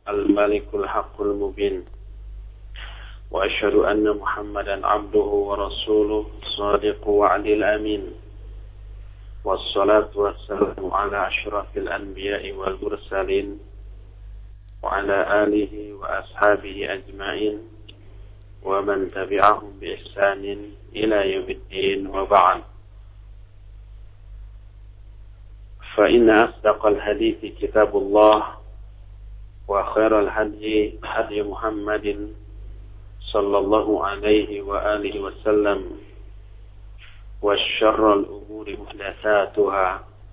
الملك الحق المبين وأشهد أن محمدا عبده ورسوله صادق وعد الأمين والصلاة والسلام على أشرف الأنبياء والمرسلين وعلى آله وأصحابه أجمعين ومن تبعهم بإحسان إلى يوم الدين وبعد فإن أصدق الحديث كتاب الله وخير الهدي هدي محمد صلى الله عليه وآله وسلم وشر الأمور محدثاتها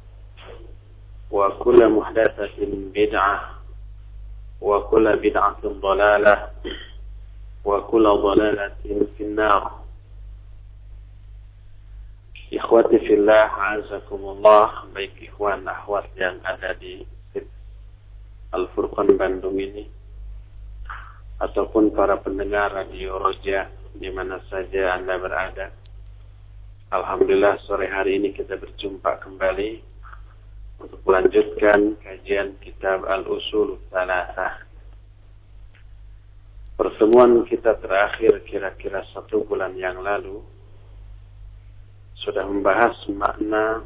وكل محدثة بدعة وكل بدعة ضلالة وكل ضلالة في النار. Ikhwati fillah, azakumullah, baik ikhwan akhwat yang ada di Al-Furqan Bandung ini ataupun para pendengar Radio Roja di mana saja Anda berada. Alhamdulillah sore hari ini kita berjumpa kembali untuk melanjutkan kajian kitab Al-Usul Tsalatsa. Pertemuan kita terakhir kira-kira 1 bulan yang lalu sudah membahas makna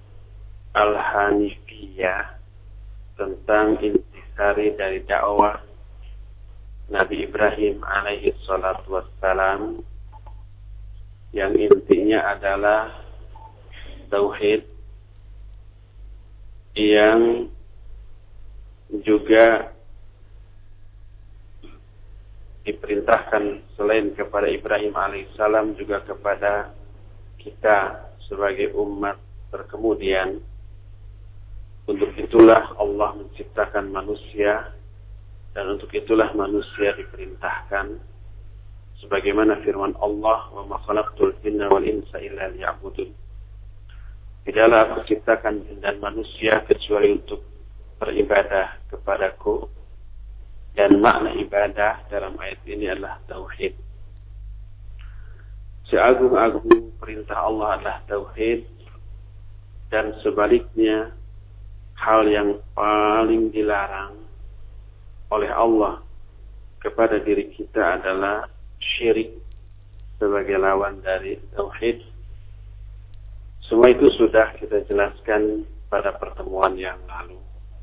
Al-Hanifiyah tentang intisari dari dakwah Nabi Ibrahim alaihi salatu wassalam yang intinya adalah tauhid yang juga diperintahkan selain kepada Ibrahim alaihissalam juga kepada kita sebagai umat terkemudian. Untuk itulah Allah menciptakan manusia dan untuk itulah manusia diperintahkan sebagaimana firman Allah, wa ma khalaqtul jinna wal insa illa liya'budun. Tidaklah aku ciptakan jin dan manusia kecuali untuk beribadah kepadaku. Dan makna ibadah dalam ayat ini adalah tauhid. Seagung-agung perintah Allah adalah tauhid, dan sebaliknya hal yang paling dilarang oleh Allah kepada diri kita adalah syirik sebagai lawan dari tauhid. Semua itu sudah kita jelaskan pada pertemuan yang lalu.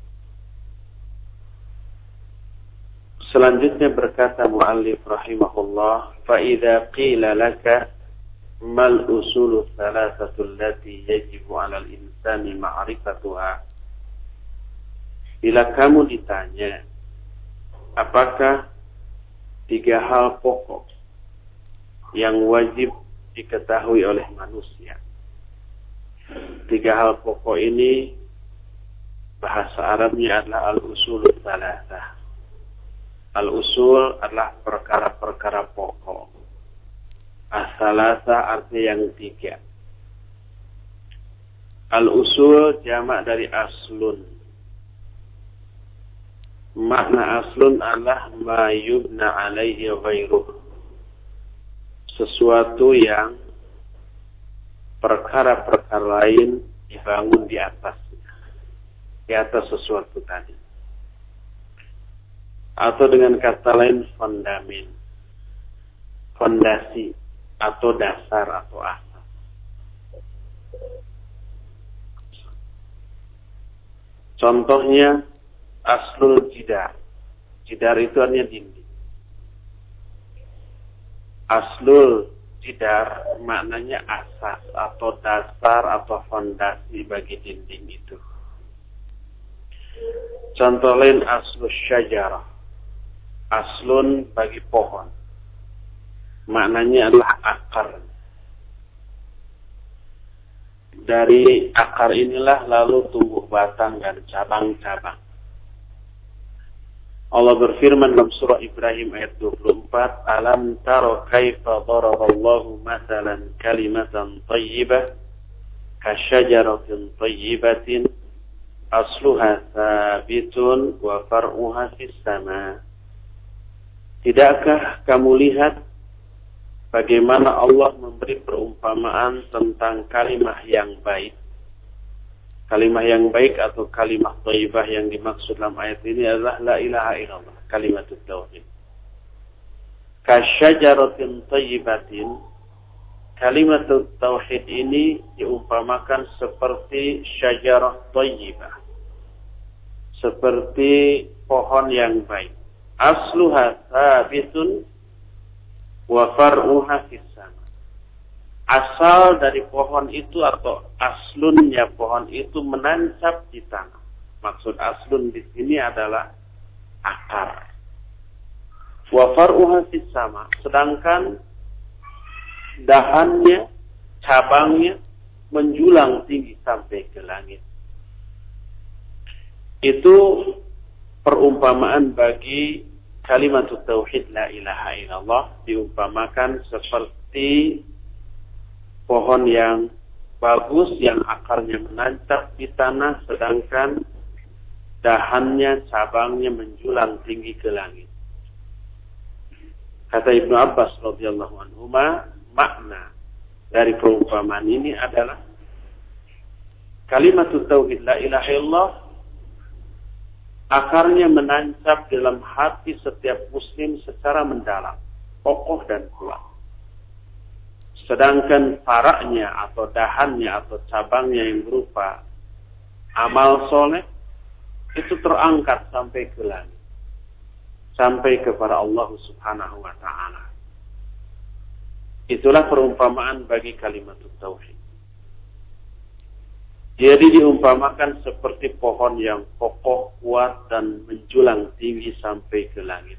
Selanjutnya berkata muallif rahimahullah, fa idza qila laka mal usulu tsalatsatul lati yajibu 'alal insani ma'rifatuha. Bila kamu ditanya apakah 3 hal pokok yang wajib diketahui oleh manusia. 3 hal pokok ini bahasa Arabnya adalah al-usulul tsalatsa. Al-usul adalah perkara-perkara pokok. As-tsalatsa artinya yang 3. Al-usul jamak dari aslun. Makna aslun adalah ma yubna alaihi ghairuh. Sesuatu yang perkara-perkara lain dibangun di atasnya. Di atas sesuatu tadi. Atau dengan kata lain fondamen, fondasi atau dasar atau asas. Contohnya aslul jidar. Jidar itu artinya dinding. Aslul jidar maknanya asas atau dasar atau fondasi bagi dinding itu. Contoh lain aslul syajarah. Aslun bagi pohon. Maknanya adalah akar. Dari akar inilah lalu tumbuh batang dan cabang-cabang. Allah berfirman dalam surah Ibrahim ayat 24, alam taro kaifa daraballahu mathalan kalimatan thayyibah kasyajaratin thayyibatin asluha thabitun wa far'uha fis sama. Tidakkah kamu lihat bagaimana Allah memberi perumpamaan tentang kalimat yang baik? Kalimat yang baik atau kalimat thayyibah yang dimaksud dalam ayat ini adalah la ilaha illallah, kalimatut tauhid. Kasyajaratin thayyibatin, kalimatut tauhid ini diumpamakan seperti syajarah thayyibah, seperti pohon yang baik. Asluha thabitun wa far'uha fis sama. Asal dari pohon itu atau aslunnya pohon itu menancap di tanah. Maksud aslun di sini adalah akar. Wa far'uha fis sama. Sedangkan dahannya, cabangnya menjulang tinggi sampai ke langit. Itu perumpamaan bagi kalimat tauhid la ilaha illallah, diumpamakan seperti pohon yang bagus yang akarnya menancap di tanah, sedangkan dahannya, cabangnya menjulang tinggi ke langit. Kata Ibnu Abbas radhiyallahu anhu, makna dari perumpamaan ini adalah kalimat tauhid la ilaha illallah akarnya menancap dalam hati setiap muslim secara mendalam, kokoh dan kuat. Sedangkan faraknya atau dahannya atau cabangnya yang berupa amal soleh itu terangkat sampai ke langit, sampai kepada Allah Subhanahu wa ta'ala. Itulah perumpamaan bagi kalimat tauhid. Jadi diumpamakan seperti pohon yang kokoh, kuat, dan menjulang tinggi sampai ke langit.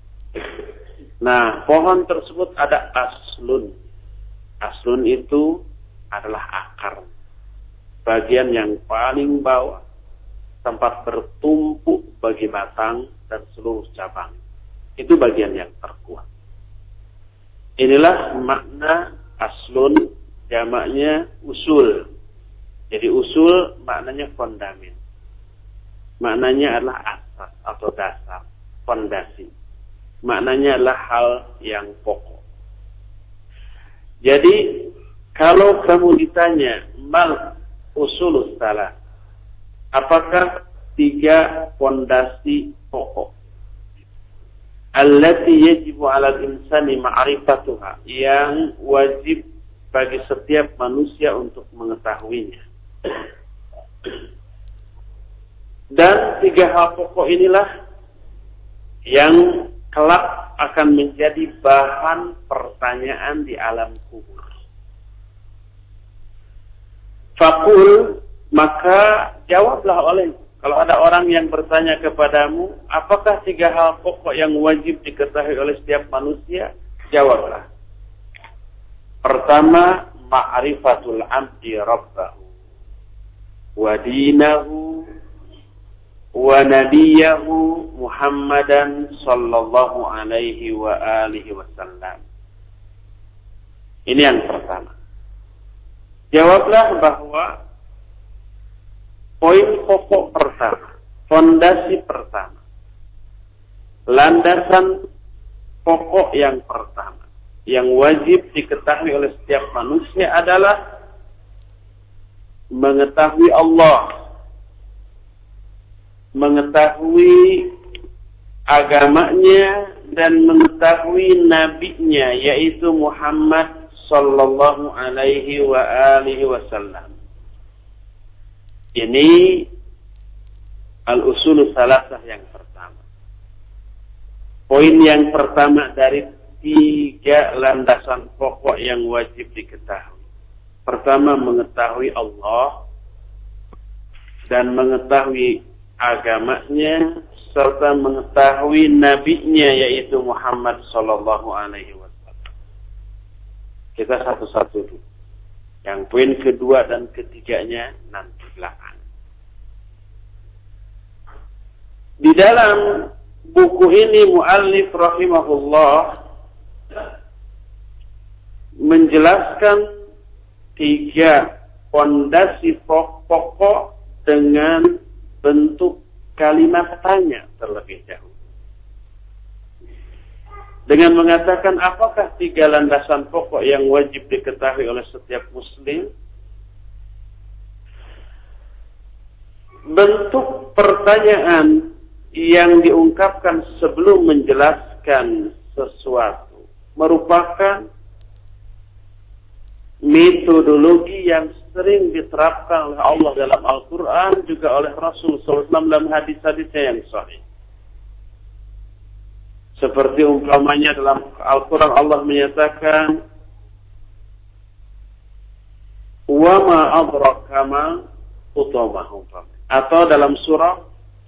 Nah, pohon tersebut ada aslun. Aslun itu adalah akar. Bagian yang paling bawah, tempat bertumpuk bagi batang dan seluruh cabang. Itu bagian yang terkuat. Inilah makna aslun, jamaknya usul. Jadi usul maknanya fondamen. Maknanya adalah asas atau dasar, fondasi. Maknanya adalah hal yang pokok. Jadi kalau kamu ditanya mal usulus salah, apakah 3 fondasi pokok allati yajibu 'ala al-insani ma'rifatuha, yang wajib bagi setiap manusia untuk mengetahuinya. Dan 3 hal pokok inilah yang kelak akan menjadi bahan pertanyaan di alam kubur. Faqul, maka jawablah oleh, kalau ada orang yang bertanya kepadamu, apakah 3 hal pokok yang wajib diketahui oleh setiap manusia? Jawablah. Pertama, ma'rifatul abdi rabbahu wa dinahu wa nabiyahu Muhammadan sallallahu alaihi wa alihi wasallam. Ini yang pertama. Jawablah bahwa poin pokok pertama, fondasi pertama, landasan pokok yang pertama yang wajib diketahui oleh setiap manusia adalah mengetahui Allah, mengetahui agamanya, dan mengetahui nabinya, yaitu Muhammad sallallahu alaihi wa alihi wasallam. Ini al-usul salasah yang pertama. Poin yang pertama dari 3 landasan pokok yang wajib diketahui. Pertama, mengetahui Allah dan mengetahui agamanya serta mengetahui nabinya, yaitu Muhammad sallallahu alaihi wasallam. Kita satu-satu dulu. Yang poin kedua dan ketiganya nanti belakangan. Di dalam buku ini muallif rahimahullah menjelaskan 3 fondasi pokok dengan bentuk kalimat tanya terlebih dahulu. Dengan mengatakan apakah 3 landasan pokok yang wajib diketahui oleh setiap muslim? Bentuk pertanyaan yang diungkapkan sebelum menjelaskan sesuatu merupakan metodologi yang sering diterapkan oleh Allah dalam Al-Quran, juga oleh Rasul SAW dalam hadis-hadisnya yang sahih. Seperti umpamanya dalam Al-Quran Allah menyatakan, wa ma adraka ma utamahum. Atau dalam surah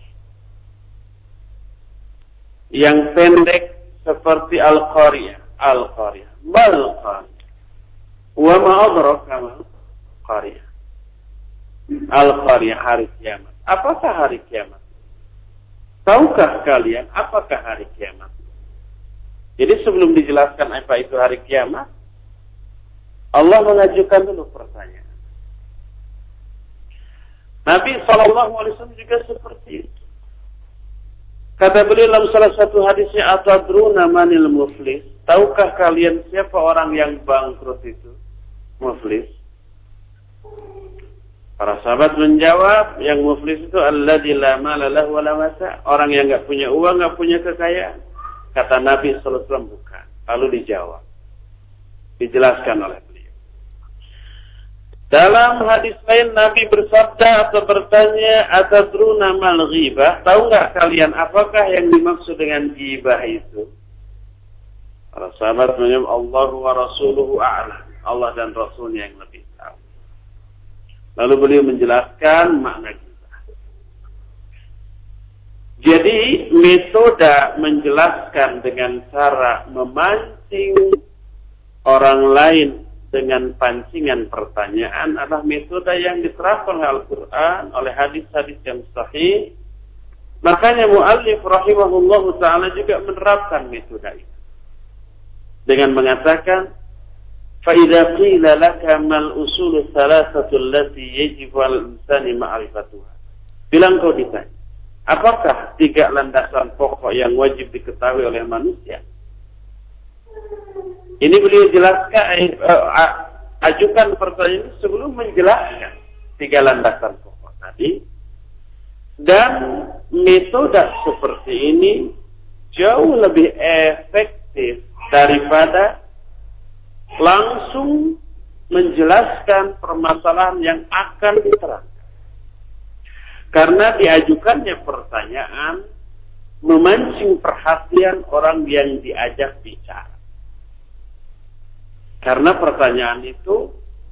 yang pendek seperti Al-Qariyah. Al-Qariyah. Mal-Qariyah. Wa ma adraka ma Qariyah. Al-Qariyah, hari kiamat. Apakah hari kiamat? Tahukah kalian apakah hari kiamat? Jadi sebelum dijelaskan apa itu hari kiamat, Allah mengajukan dulu pertanyaan. Nabi SAW juga seperti itu. Kata beliau dalam salah satu hadisnya, atadruna manil muflis? Tahukah kalian siapa orang yang bangkrut itu? Muflis. Para sahabat menjawab, yang muflis itu alladzi la mala lahu wa la mata', orang yang enggak punya uang, enggak punya kekayaan. Kata Nabi sallallahu alaihi wasallam, bukan. Lalu dijawab. Dijelaskan oleh beliau. Dalam hadis lain Nabi bersabda atau bertanya, atadruna mal ghibah? Tahu enggak kalian apakah yang dimaksud dengan ghibah itu? Para sahabat menjawab, Allah wa rasuluhu a'lam. Allah dan Rasulnya yang lebih tahu. Lalu beliau menjelaskan makna ghibah. Jadi metode menjelaskan dengan cara memancing orang lain dengan pancingan pertanyaan adalah metode yang diterapkan oleh Al-Quran, oleh hadis-hadis yang sahih. Makanya mu'allif rahimahullahu ta'ala juga menerapkan metode itu dengan mengatakan, فَإِذَا قِيلَ لَكَ مَا الْأُصُولُ الثَّلَاثَةُ الَّتِي يَجِبُ عَلَى الْإِنسَانِ مَعْرِفَتُهَا. Bilang kau ditanya, apakah 3 landasan pokok yang wajib diketahui oleh manusia? Ini beliau jelaskan, ajukan pertanyaan sebelum menjelaskan 3 landasan pokok tadi. Dan metode seperti ini jauh lebih efektif daripada langsung menjelaskan permasalahan yang akan diterangkan. Karena diajukannya pertanyaan memancing perhatian orang yang diajak bicara. Karena pertanyaan itu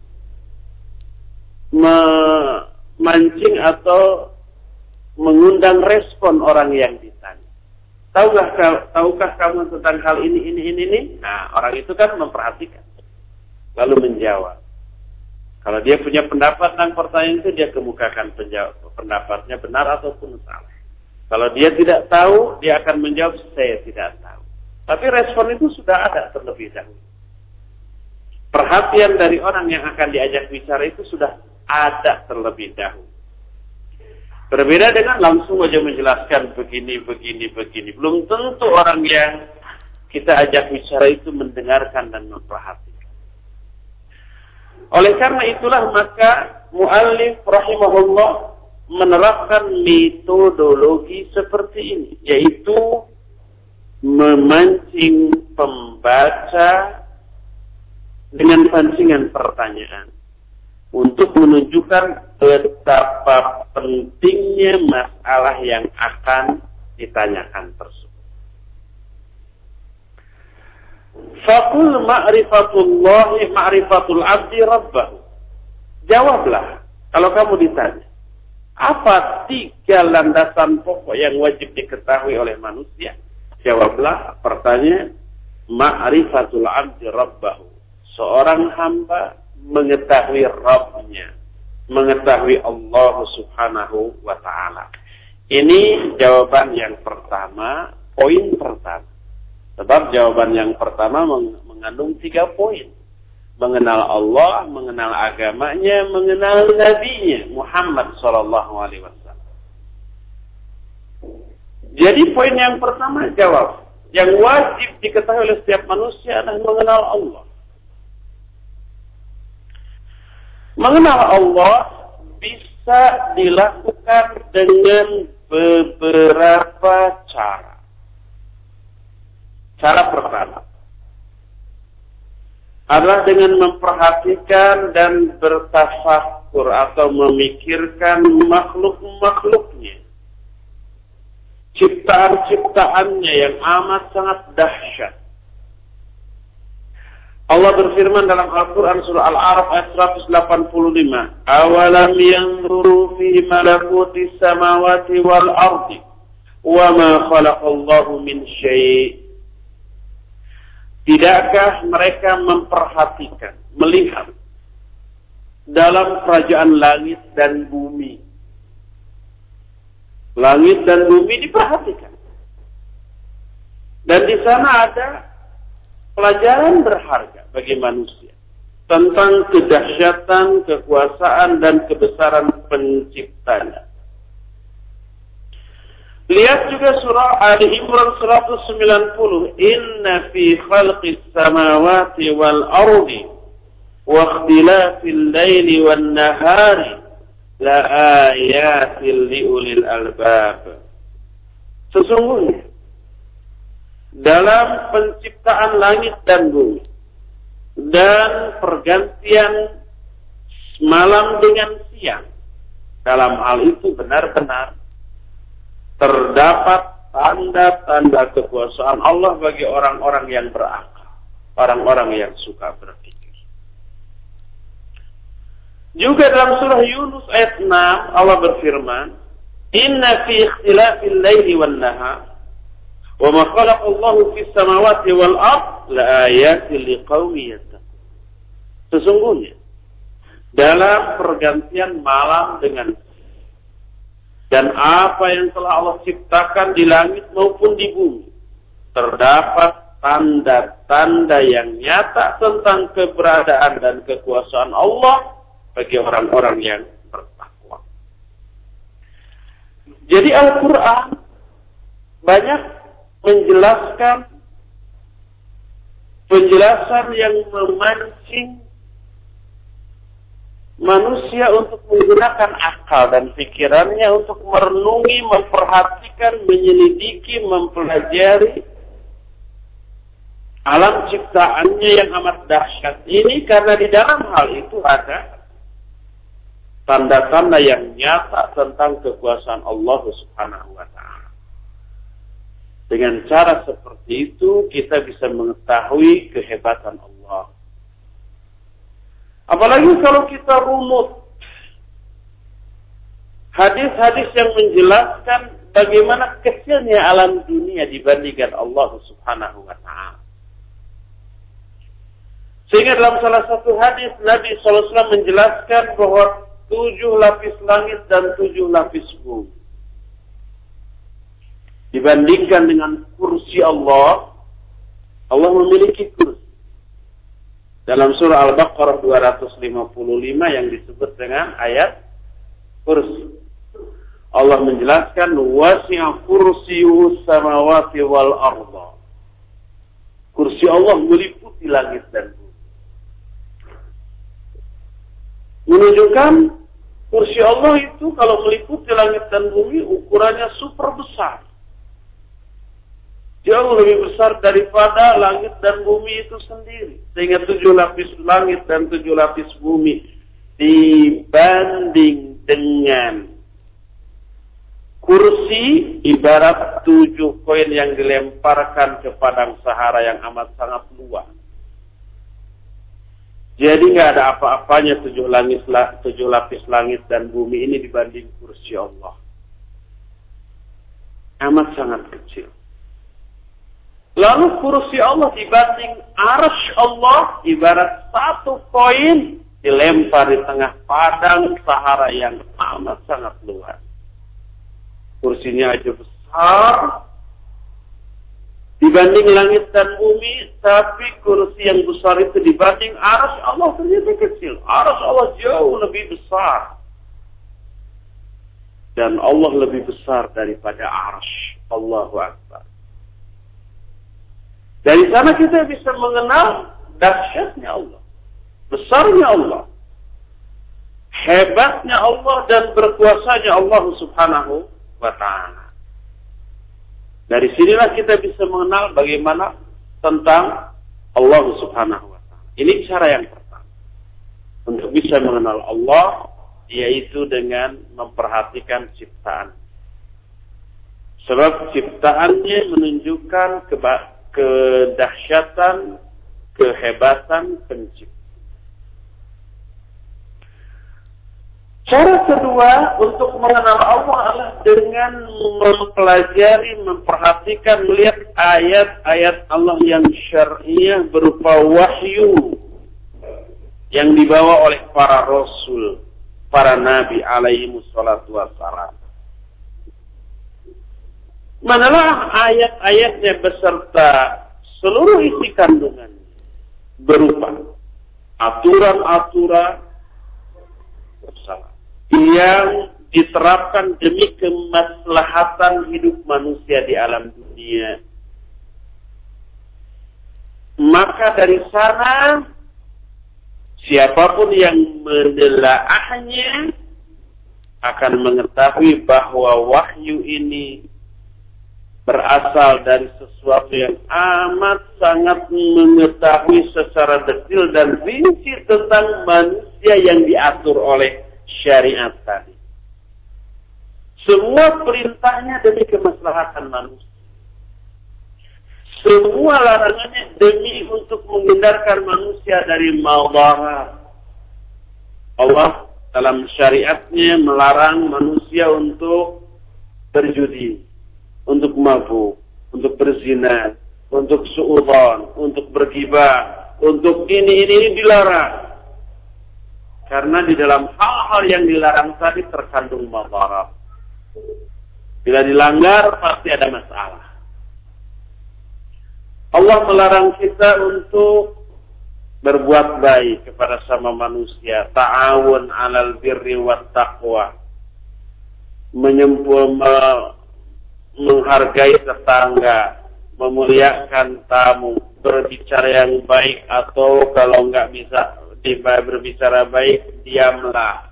memancing atau mengundang respon orang yang ditanya. Tahukah kamu tentang hal ini? Nah, orang itu kan memperhatikan. Lalu menjawab. Kalau dia punya pendapat tentang pertanyaan itu, dia kemukakan pendapatnya benar ataupun salah. Kalau dia tidak tahu, dia akan menjawab, saya tidak tahu. Tapi respon itu sudah ada terlebih dahulu. Perhatian dari orang yang akan diajak bicara itu sudah ada terlebih dahulu. Berbeda dengan langsung saja menjelaskan begini. Belum tentu orang yang kita ajak bicara itu mendengarkan dan memperhatikan. Oleh karena itulah maka mu'allif rahimahullah menerapkan metodologi seperti ini, yaitu memancing pembaca dengan pancingan pertanyaan untuk menunjukkan betapa pentingnya masalah yang akan ditanyakan tersebut. Faqul ma'rifatullahi ma'rifatul abdi rabbahu. Jawablah kalau kamu ditanya, apa 3 landasan pokok yang wajib diketahui oleh manusia? Jawablah pertanyaan, ma'rifatul abdi rabbahu. Seorang hamba mengetahui Rabbnya, mengetahui Allah Subhanahu wa ta'ala. Ini jawaban yang pertama, poin pertama. Sebab jawaban yang pertama mengandung 3 poin. Mengenal Allah, mengenal agamanya, mengenal nabinya Muhammad SAW. Jadi poin yang pertama jawab. Yang wajib diketahui oleh setiap manusia adalah mengenal Allah. Mengenal Allah bisa dilakukan dengan beberapa cara. Cara pertama adalah dengan memperhatikan dan bertafakur atau memikirkan makhluk-makhluknya, ciptaan-ciptaannya yang amat sangat dahsyat. Allah berfirman dalam Al-Quran surah Al-A'raf ayat 185, "Awalam yanzuru fi malakuti samawati wal ardi wa ma khalaqallahu min syai'." Tidakkah mereka memperhatikan, melihat dalam kerajaan langit dan bumi? Langit dan bumi diperhatikan. Dan di sana ada pelajaran berharga bagi manusia tentang kedahsyatan, kekuasaan, dan kebesaran penciptanya. Lihat juga surah Ali Imran 190. Inna fi khalqis samawati wal ardi wa ikhtilafil laili wan nahari la ayatil liulil albab. Sesungguhnya dalam penciptaan langit dan bumi dan pergantian malam dengan siang, dalam hal itu benar-benar terdapat tanda-tanda kekuasaan Allah bagi orang-orang yang berakal, orang-orang yang suka berpikir. Juga dalam surah Yunus ayat 6 Allah berfirman, "Inna fi ikhtilafil laili wan nahar wa ma khalaqallahu fis samawati wal ard la ayatin liqaumin yattaqun." Sesungguhnya dalam pergantian malam dengan dan apa yang telah Allah ciptakan di langit maupun di bumi, terdapat tanda-tanda yang nyata tentang keberadaan dan kekuasaan Allah bagi orang-orang yang bertakwa. Jadi Al-Quran banyak menjelaskan penjelasan yang memancing manusia untuk menggunakan akal dan pikirannya untuk merenungi, memperhatikan, menyelidiki, mempelajari alam ciptaannya yang amat dahsyat ini, karena di dalam hal itu ada tanda-tanda yang nyata tentang kekuasaan Allah Subhanahu wa ta'ala. Dengan cara seperti itu kita bisa mengetahui kehebatan Allah. Apalagi kalau kita runut hadis-hadis yang menjelaskan bagaimana kecilnya alam dunia dibandingkan Allah Subhanahu wa ta'ala. Sehingga dalam salah satu hadis Nabi SAW menjelaskan bahwa 7 lapis langit dan 7 lapis bumi dibandingkan dengan kursi Allah, Allah memiliki kursi. Dalam surah Al-Baqarah 255 yang disebut dengan ayat kursi, Allah menjelaskan wasi'a kursiyuhus samawati wal arda. Kursi Allah meliputi langit dan bumi. Menunjukkan kursi Allah itu kalau meliputi langit dan bumi ukurannya super besar. Jauh lebih besar daripada langit dan bumi itu sendiri. Sehingga 7 lapis langit dan 7 lapis bumi dibanding dengan kursi ibarat 7 koin yang dilemparkan ke padang Sahara yang amat sangat luas. Jadi nggak ada apa-apanya 7 lapis langit dan bumi ini dibanding kursi Allah. Amat sangat kecil. Lalu kursi Allah dibanding arsy Allah ibarat 1 koin dilempar di tengah padang Sahara yang amat sangat luas. Kursinya aja besar dibanding langit dan bumi, tapi kursi yang besar itu dibanding arsy Allah ternyata kecil. Arsy Allah jauh lebih besar. Dan Allah lebih besar daripada arsy. Allahu Akbar. Dari sana kita bisa mengenal dahsyatnya Allah, besarnya Allah, hebatnya Allah dan berkuasanya Allah Subhanahu wa ta'ala. Dari sinilah kita bisa mengenal bagaimana tentang Allah subhanahu wa ta'ala. Ini cara yang pertama. Untuk bisa mengenal Allah, yaitu dengan memperhatikan ciptaan. Sebab ciptaannya menunjukkan kedahsyatan, kehebatan pencipta. Cara kedua untuk mengenal Allah adalah dengan mempelajari, memperhatikan, melihat ayat-ayat Allah yang syar'iyah berupa wahyu yang dibawa oleh para rasul, para nabi alaihi wassalatu wassalam. Manalah ayat-ayatnya beserta seluruh isi kandungannya berupa aturan-aturan yang diterapkan demi kemaslahatan hidup manusia di alam dunia. Maka dari sana siapapun yang menelaahnya akan mengetahui bahwa wahyu ini berasal dari sesuatu yang amat sangat mengetahui secara detail dan rinci tentang manusia yang diatur oleh syariat tadi. Semua perintahnya demi kemaslahatan manusia. Semua larangannya demi untuk menghindarkan manusia dari madarat. Allah dalam syariatnya melarang manusia untuk berjudi, untuk mabuk, untuk berzina, untuk suudzon, untuk berghibah, untuk ini dilarang. Karena di dalam hal-hal yang dilarang tadi terkandung madarat. Bila dilanggar pasti ada masalah. Allah melarang kita untuk berbuat baik kepada sama manusia, ta'awun 'alal birri wat taqwa. Menghargai tetangga, memuliakan tamu, berbicara yang baik, atau kalau nggak bisa berbicara baik, diamlah.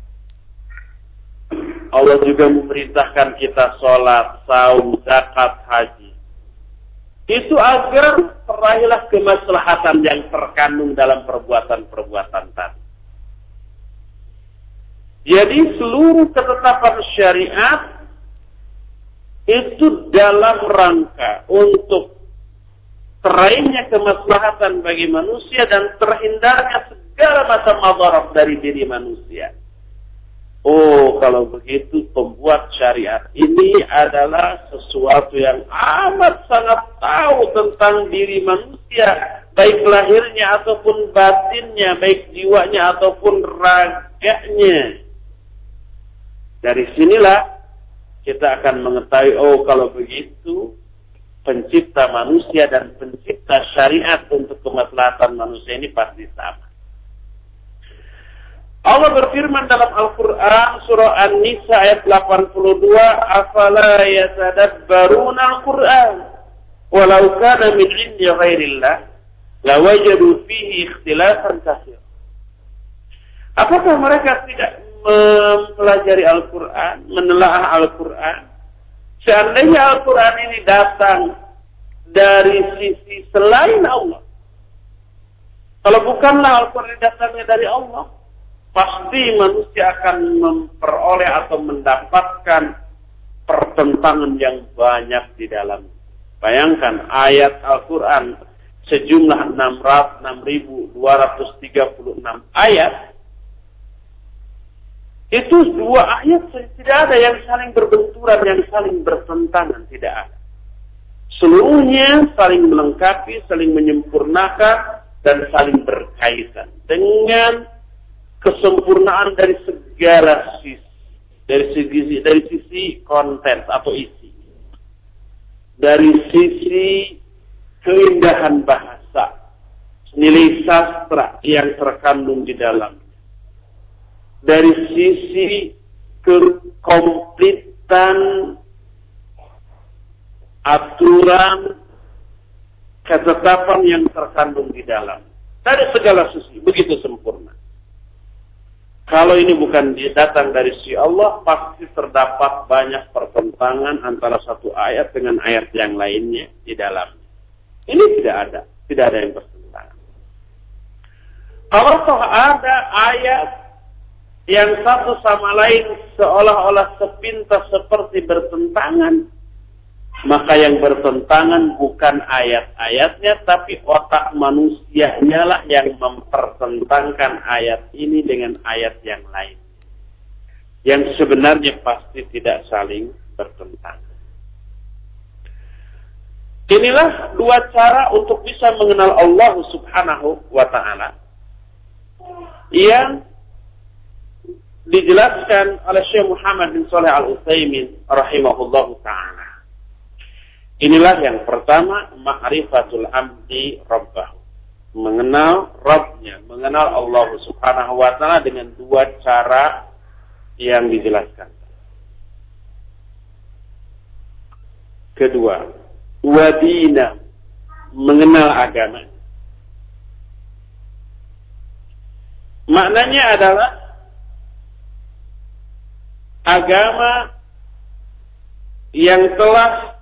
Allah juga memerintahkan kita sholat, saum, zakat, haji. Itu agar peraihlah kemaslahatan yang terkandung dalam perbuatan-perbuatan tadi. Jadi seluruh ketetapan syariat itu dalam rangka untuk teraihnya kemaslahatan bagi manusia dan terhindarnya segala macam madarat dari diri manusia. Oh, kalau begitu pembuat syariat ini adalah sesuatu yang amat sangat tahu tentang diri manusia, baik lahirnya ataupun batinnya, baik jiwanya ataupun raganya. Dari sinilah kita akan mengetahui, oh kalau begitu pencipta manusia dan pencipta syariat untuk kemaslahatan manusia ini pasti sama. Allah berfirman dalam Al-Quran surah An-Nisa ayat 82, afala yatadabbaruna Al-Quran walau kana min 'indi ghairillah lawajadu fihi ikhtilafan katsira. Apakah mereka tidak mempelajari Al-Quran, menelaah Al-Quran? Seandainya Al-Quran ini datang dari sisi selain Allah, kalau bukanlah Al-Quran datangnya dari Allah, pasti manusia akan memperoleh atau mendapatkan pertentangan yang banyak di dalam. Bayangkan ayat Al-Quran sejumlah 6.236 ayat. Itu dua ayat tidak ada yang saling berbenturan, yang saling bertentangan, tidak ada. Seluruhnya saling melengkapi, saling menyempurnakan, dan saling berkaitan dengan kesempurnaan dari segala sisi, dari sisi konten atau isi, dari sisi keindahan bahasa, nilai sastra yang terkandung di dalam, dari sisi kekompletan aturan ketetapan yang terkandung di dalam, dari segala sisi begitu sempurna. Kalau ini bukan datang dari si Allah, pasti terdapat banyak pertentangan antara satu ayat dengan ayat yang lainnya di dalamnya. Ini tidak ada yang bertentangan. Kalau toh ada ayat yang satu sama lain seolah-olah sepintas seperti bertentangan, maka yang bertentangan bukan ayat-ayatnya, tapi otak manusianya lah yang mempertentangkan ayat ini dengan ayat yang lain, yang sebenarnya pasti tidak saling bertentangan. Inilah dua cara untuk bisa mengenal Allah Subhanahu wa ta'ala yang dijelaskan oleh Syekh Muhammad bin Shalih Al-Utsaimin rahimahullahu ta'ala. Inilah yang pertama, ma'rifatul abdi rabbahu. Mengenal Rabbnya, mengenal Allah Subhanahu wa ta'ala dengan dua cara yang dijelaskan. Kedua, wadina, mengenal agama. Maknanya adalah agama yang telah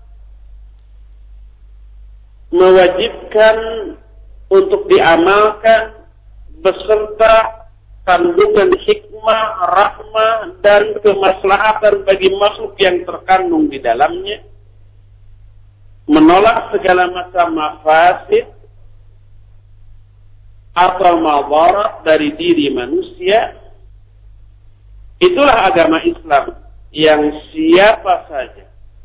mewajibkan untuk diamalkan beserta kandungan hikmah, rahmah, dan kemaslahatan bagi makhluk yang terkandung di dalamnya, menolak segala macam mafasid atau madarat dari diri manusia. Itulah agama Islam yang siapa saja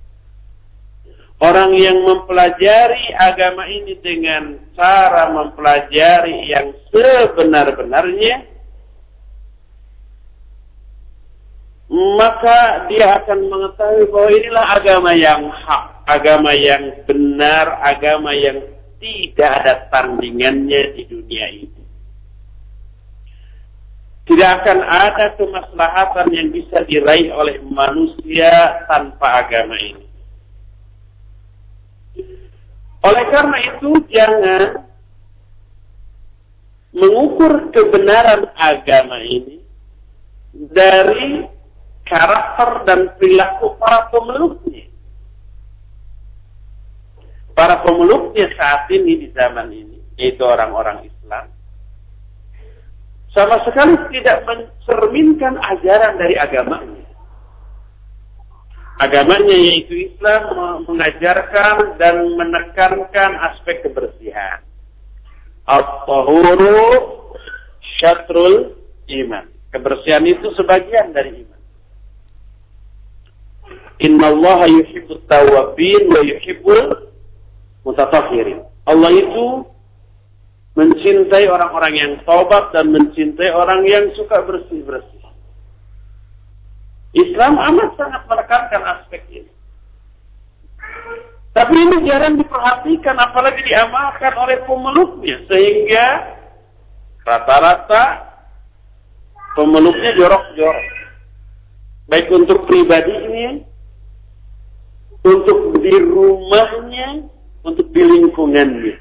orang yang mempelajari agama ini dengan cara mempelajari yang sebenar-benarnya, maka dia akan mengetahui bahwa inilah agama yang hak, agama yang benar, agama yang tidak ada tandingannya di dunia ini. Tidak akan ada kemaslahatan yang bisa diraih oleh manusia tanpa agama ini. Oleh karena itu, jangan mengukur kebenaran agama ini dari karakter dan perilaku para pemeluknya. Para pemeluknya saat ini di zaman ini, yaitu orang-orang Islam, sama sekali tidak mencerminkan ajaran dari agamanya. Agamanya yaitu Islam mengajarkan dan menekankan aspek kebersihan. At-tahuru syatrul iman. Kebersihan itu sebagian dari iman. Innallaha yuhibbut tawwabin wa yuhibbul mutatahhirin. Allah itu mencintai orang-orang yang taubat dan mencintai orang yang suka bersih-bersih. Islam amat sangat menekankan aspek ini. Tapi ini jarang diperhatikan, apalagi diamalkan oleh pemeluknya, sehingga rata-rata pemeluknya jorok-jorok. Baik untuk pribadinya, untuk di rumahnya, untuk di lingkungannya.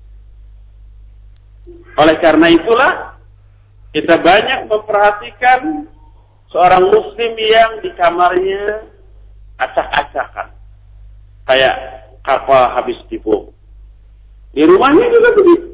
Oleh karena itulah, kita banyak memperhatikan seorang muslim yang di kamarnya acak-acakan, kayak kapal habis dibom. Di rumahnya juga begitu.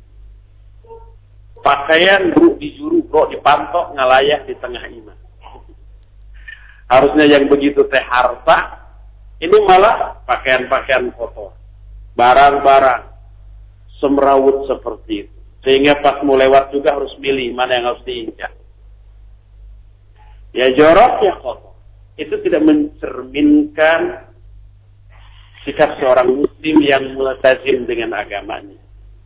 Pakaian buruk dijuru, bro dipantok, ngalayah di tengah iman. Harusnya yang begitu teh harta, ini malah pakaian-pakaian kotor, barang-barang semrawut seperti itu. Sehingga pas mau lewat juga harus milih mana yang harus diinjak. Ya jorok, ya kotor. Itu tidak mencerminkan sikap seorang muslim yang multazim dengan agamanya.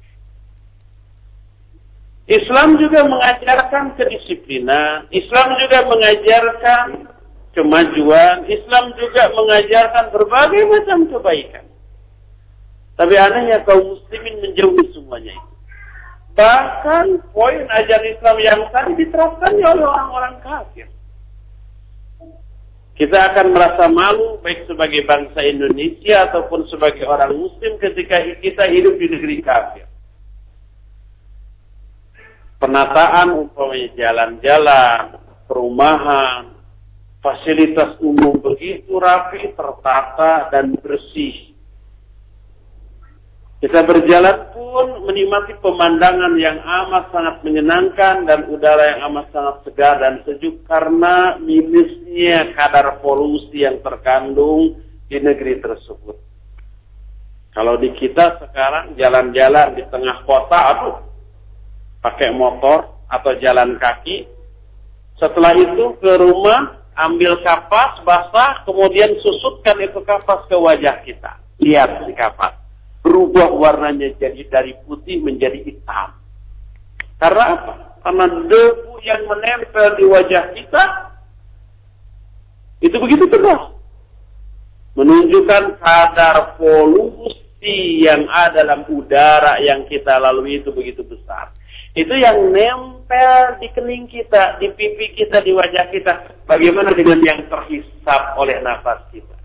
Islam juga mengajarkan kedisiplinan. Islam juga mengajarkan kemajuan. Islam juga mengajarkan berbagai macam kebaikan. Tapi anehnya kaum muslimin menjauhi semuanya itu. Bahkan poin ajaran Islam yang tadi diterapkan oleh orang-orang kafir. Kita akan merasa malu baik sebagai bangsa Indonesia ataupun sebagai orang muslim ketika kita hidup di negeri kafir. penataan umpamanya jalan-jalan, perumahan, fasilitas umum begitu rapi, tertata dan bersih. Kita berjalan pun menikmati pemandangan yang amat sangat menyenangkan dan udara yang amat sangat segar dan sejuk karena minusnya kadar polusi yang terkandung di negeri tersebut. Kalau di kita sekarang jalan-jalan di tengah kota, pakai motor atau jalan kaki. Setelah itu ke rumah, ambil kapas basah, kemudian susutkan itu kapas ke wajah kita. Lihat di kapas. Berubah warnanya jadi dari putih menjadi hitam. Karena apa? Karena debu yang menempel di wajah kita itu begitu tebal. Menunjukkan kadar polusi yang ada dalam udara yang kita lalui itu begitu besar. Itu yang nempel di kening kita, di pipi kita, di wajah kita. Bagaimana dengan yang terhisap oleh nafas kita?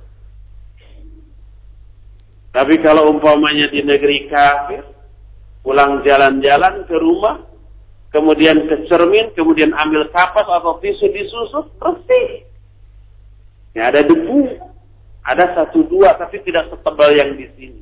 Tapi kalau umpamanya di negeri kafir, pulang jalan-jalan ke rumah, kemudian ke cermin, kemudian ambil kapas atau tisu disusut, bersih. Ya, ada debu, ada 1-2, tapi tidak setebal yang di sini.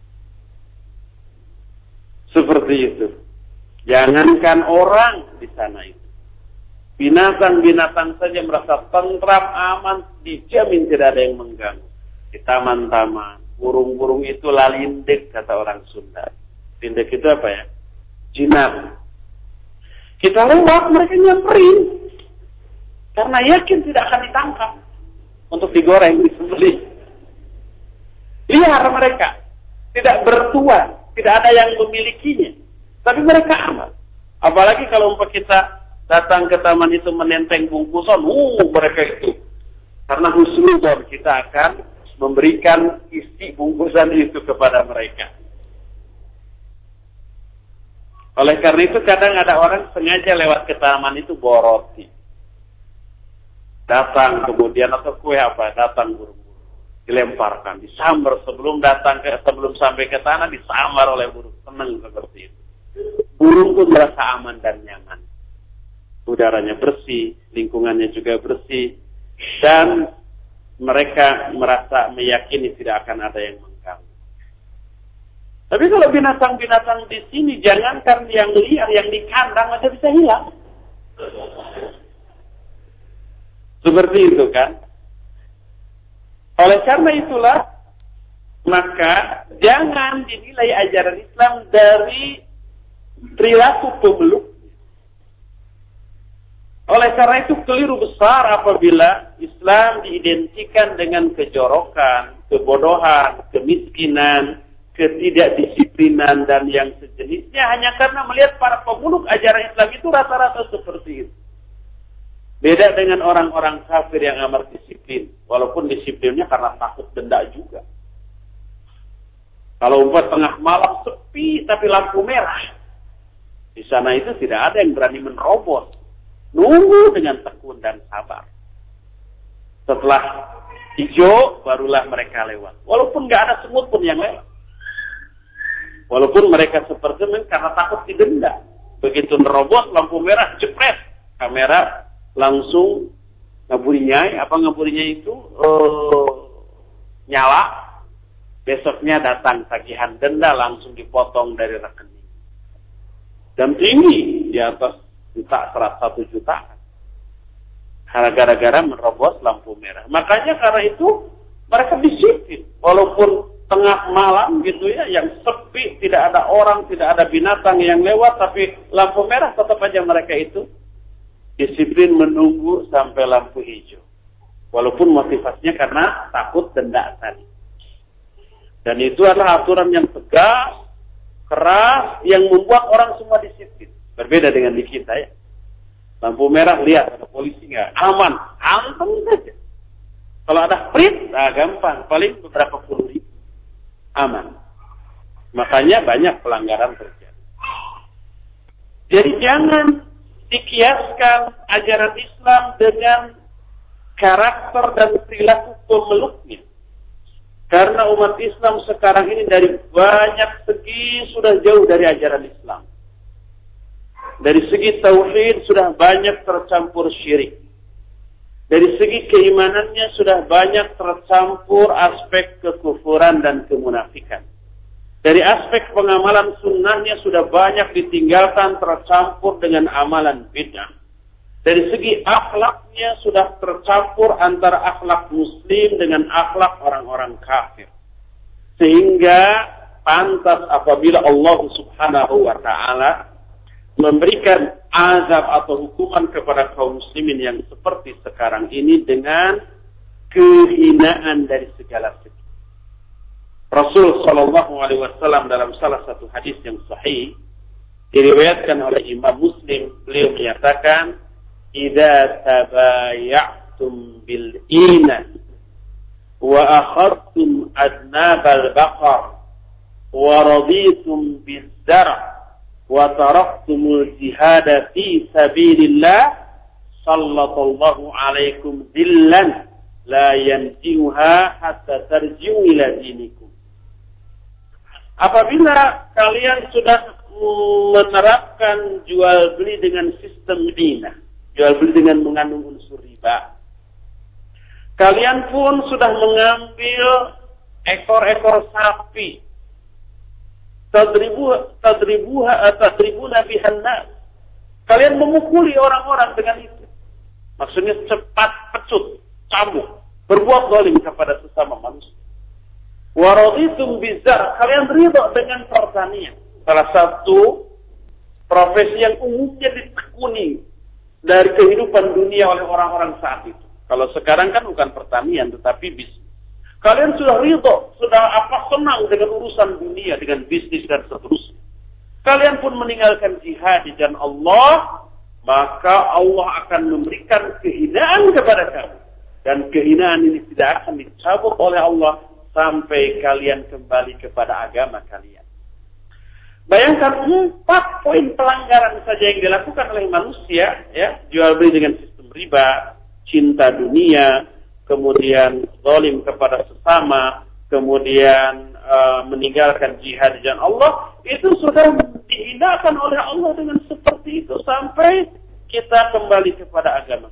Seperti itu. Jangankan orang di sana itu. Binatang-binatang saja merasa tentram, aman, dijamin tidak ada yang mengganggu. Di taman-taman. Burung-burung itu lalindek, kata orang Sunda. Lindek itu apa ya? Jinak. Kita lewat, mereka nyamperin. Karena yakin tidak akan ditangkap. Untuk digoreng, disembelih. Liar mereka. Tidak bertuan. Tidak ada yang memilikinya. Tapi mereka aman. Apalagi kalau kita datang ke taman itu menenteng bungkusan. Mereka itu. Karena husnuzon kita akan memberikan isi bungkusan itu kepada mereka. Oleh karena itu kadang ada orang sengaja lewat ke taman itu bawa roti. Datang kemudian atau kue datang buru-buru. Dilemparkan, disambar sebelum sampai ke tanah disambar oleh burung. Senang seperti itu. Burung pun merasa aman dan nyaman. Udaranya bersih, lingkungannya juga bersih dan mereka merasa meyakini tidak akan ada yang mengganggu. Tapi kalau binatang-binatang di sini, jangankan yang liar, yang di kandang aja bisa hilang. Seperti itu kan. Oleh karena itulah, maka jangan dinilai ajaran Islam dari perilaku pemeluk. Oleh karena itu keliru besar apabila Islam diidentikan dengan kejorokan, kebodohan, kemiskinan, ketidakdisiplinan dan yang sejenisnya hanya karena melihat para pemeluk ajaran Islam itu rata-rata seperti itu. Beda dengan orang-orang kafir yang amat disiplin, walaupun disiplinnya karena takut denda juga. Kalau tengah malam sepi tapi lampu merah, di sana itu tidak ada yang berani menerobos. Nunggu dengan tekun dan sabar. Setelah hijau, barulah mereka lewat. Walaupun nggak ada semut pun yang lewat. Walaupun mereka seperti itu karena takut didenda. Begitu nerobos, lampu merah, jepret. Kamera langsung ngaburinya itu nyala. Besoknya datang tagihan denda langsung dipotong dari rekening. Dan tinggi di atas 1 juta. Karena gara-gara menerobos lampu merah. Makanya karena itu mereka disiplin. Walaupun tengah malam gitu ya, yang sepi, tidak ada orang, tidak ada binatang yang lewat, tapi lampu merah tetap aja mereka itu disiplin menunggu sampai lampu hijau. Walaupun motivasinya karena takut denda tadi. Dan itu adalah aturan yang tegas, keras, yang membuat orang semua disiplin. Berbeda dengan di kita ya. Lampu merah, lihat ada polisi nggak? Aman, anteng saja. Kalau ada sprint, gampang. Paling beberapa puluh ribu. Aman. Makanya banyak pelanggaran terjadi. Jadi jangan dikiaskan ajaran Islam dengan karakter dan perilaku pemeluknya. Karena umat Islam sekarang ini dari banyak segi sudah jauh dari ajaran Islam. Dari segi tauhid sudah banyak tercampur syirik. Dari segi keimanannya sudah banyak tercampur aspek kekufuran dan kemunafikan. Dari aspek pengamalan sunnahnya sudah banyak ditinggalkan tercampur dengan amalan bid'ah. Dari segi akhlaknya sudah tercampur antara akhlak muslim dengan akhlak orang-orang kafir. Sehingga pantas apabila Allah Subhanahu wa ta'ala memberikan azab atau hukuman kepada kaum muslimin yang seperti sekarang ini dengan kehinaan dari segala segi. Rasul sallallahu alaihi wasallam dalam salah satu hadis yang sahih diriwayatkan oleh Imam Muslim, beliau menyatakan, "Idza tabaya'tum bil ina wa akhadtum adnabal baqar wa raditum biz zar' wa taraktumul jihada fi sabilillah sallallahu alaikum dhillan la yanji'uha hatta tarji'u ila dinikum." Apabila kalian sudah menerapkan jual beli dengan sistem dina, jual beli dengan mengandung unsur riba, kalian pun sudah mengambil ekor-ekor sapi, tadribuna bihan nas, kalian memukuli orang-orang dengan itu. Maksudnya cepat, pecut, cambuk, berbuat zalim kepada sesama manusia. Waraditum bizar, kalian ridha dengan pertanian. Salah satu profesi yang umumnya ditekuni dari kehidupan dunia oleh orang-orang saat itu. Kalau sekarang kan bukan pertanian tetapi bisnis. Kalian sudah ridha, sudah senang dengan urusan dunia, dengan bisnis dan seterusnya. Kalian pun meninggalkan jihad di jalan Allah, maka Allah akan memberikan kehinaan kepada kamu. Dan kehinaan ini tidak akan dicabut oleh Allah sampai kalian kembali kepada agama kalian. Bayangkan 4 poin pelanggaran saja yang dilakukan oleh manusia, ya, jual beli dengan sistem riba, cinta dunia, kemudian zalim kepada sesama, kemudian meninggalkan jihad di jalan Allah, itu sudah dihinakan oleh Allah dengan seperti itu sampai kita kembali kepada agama.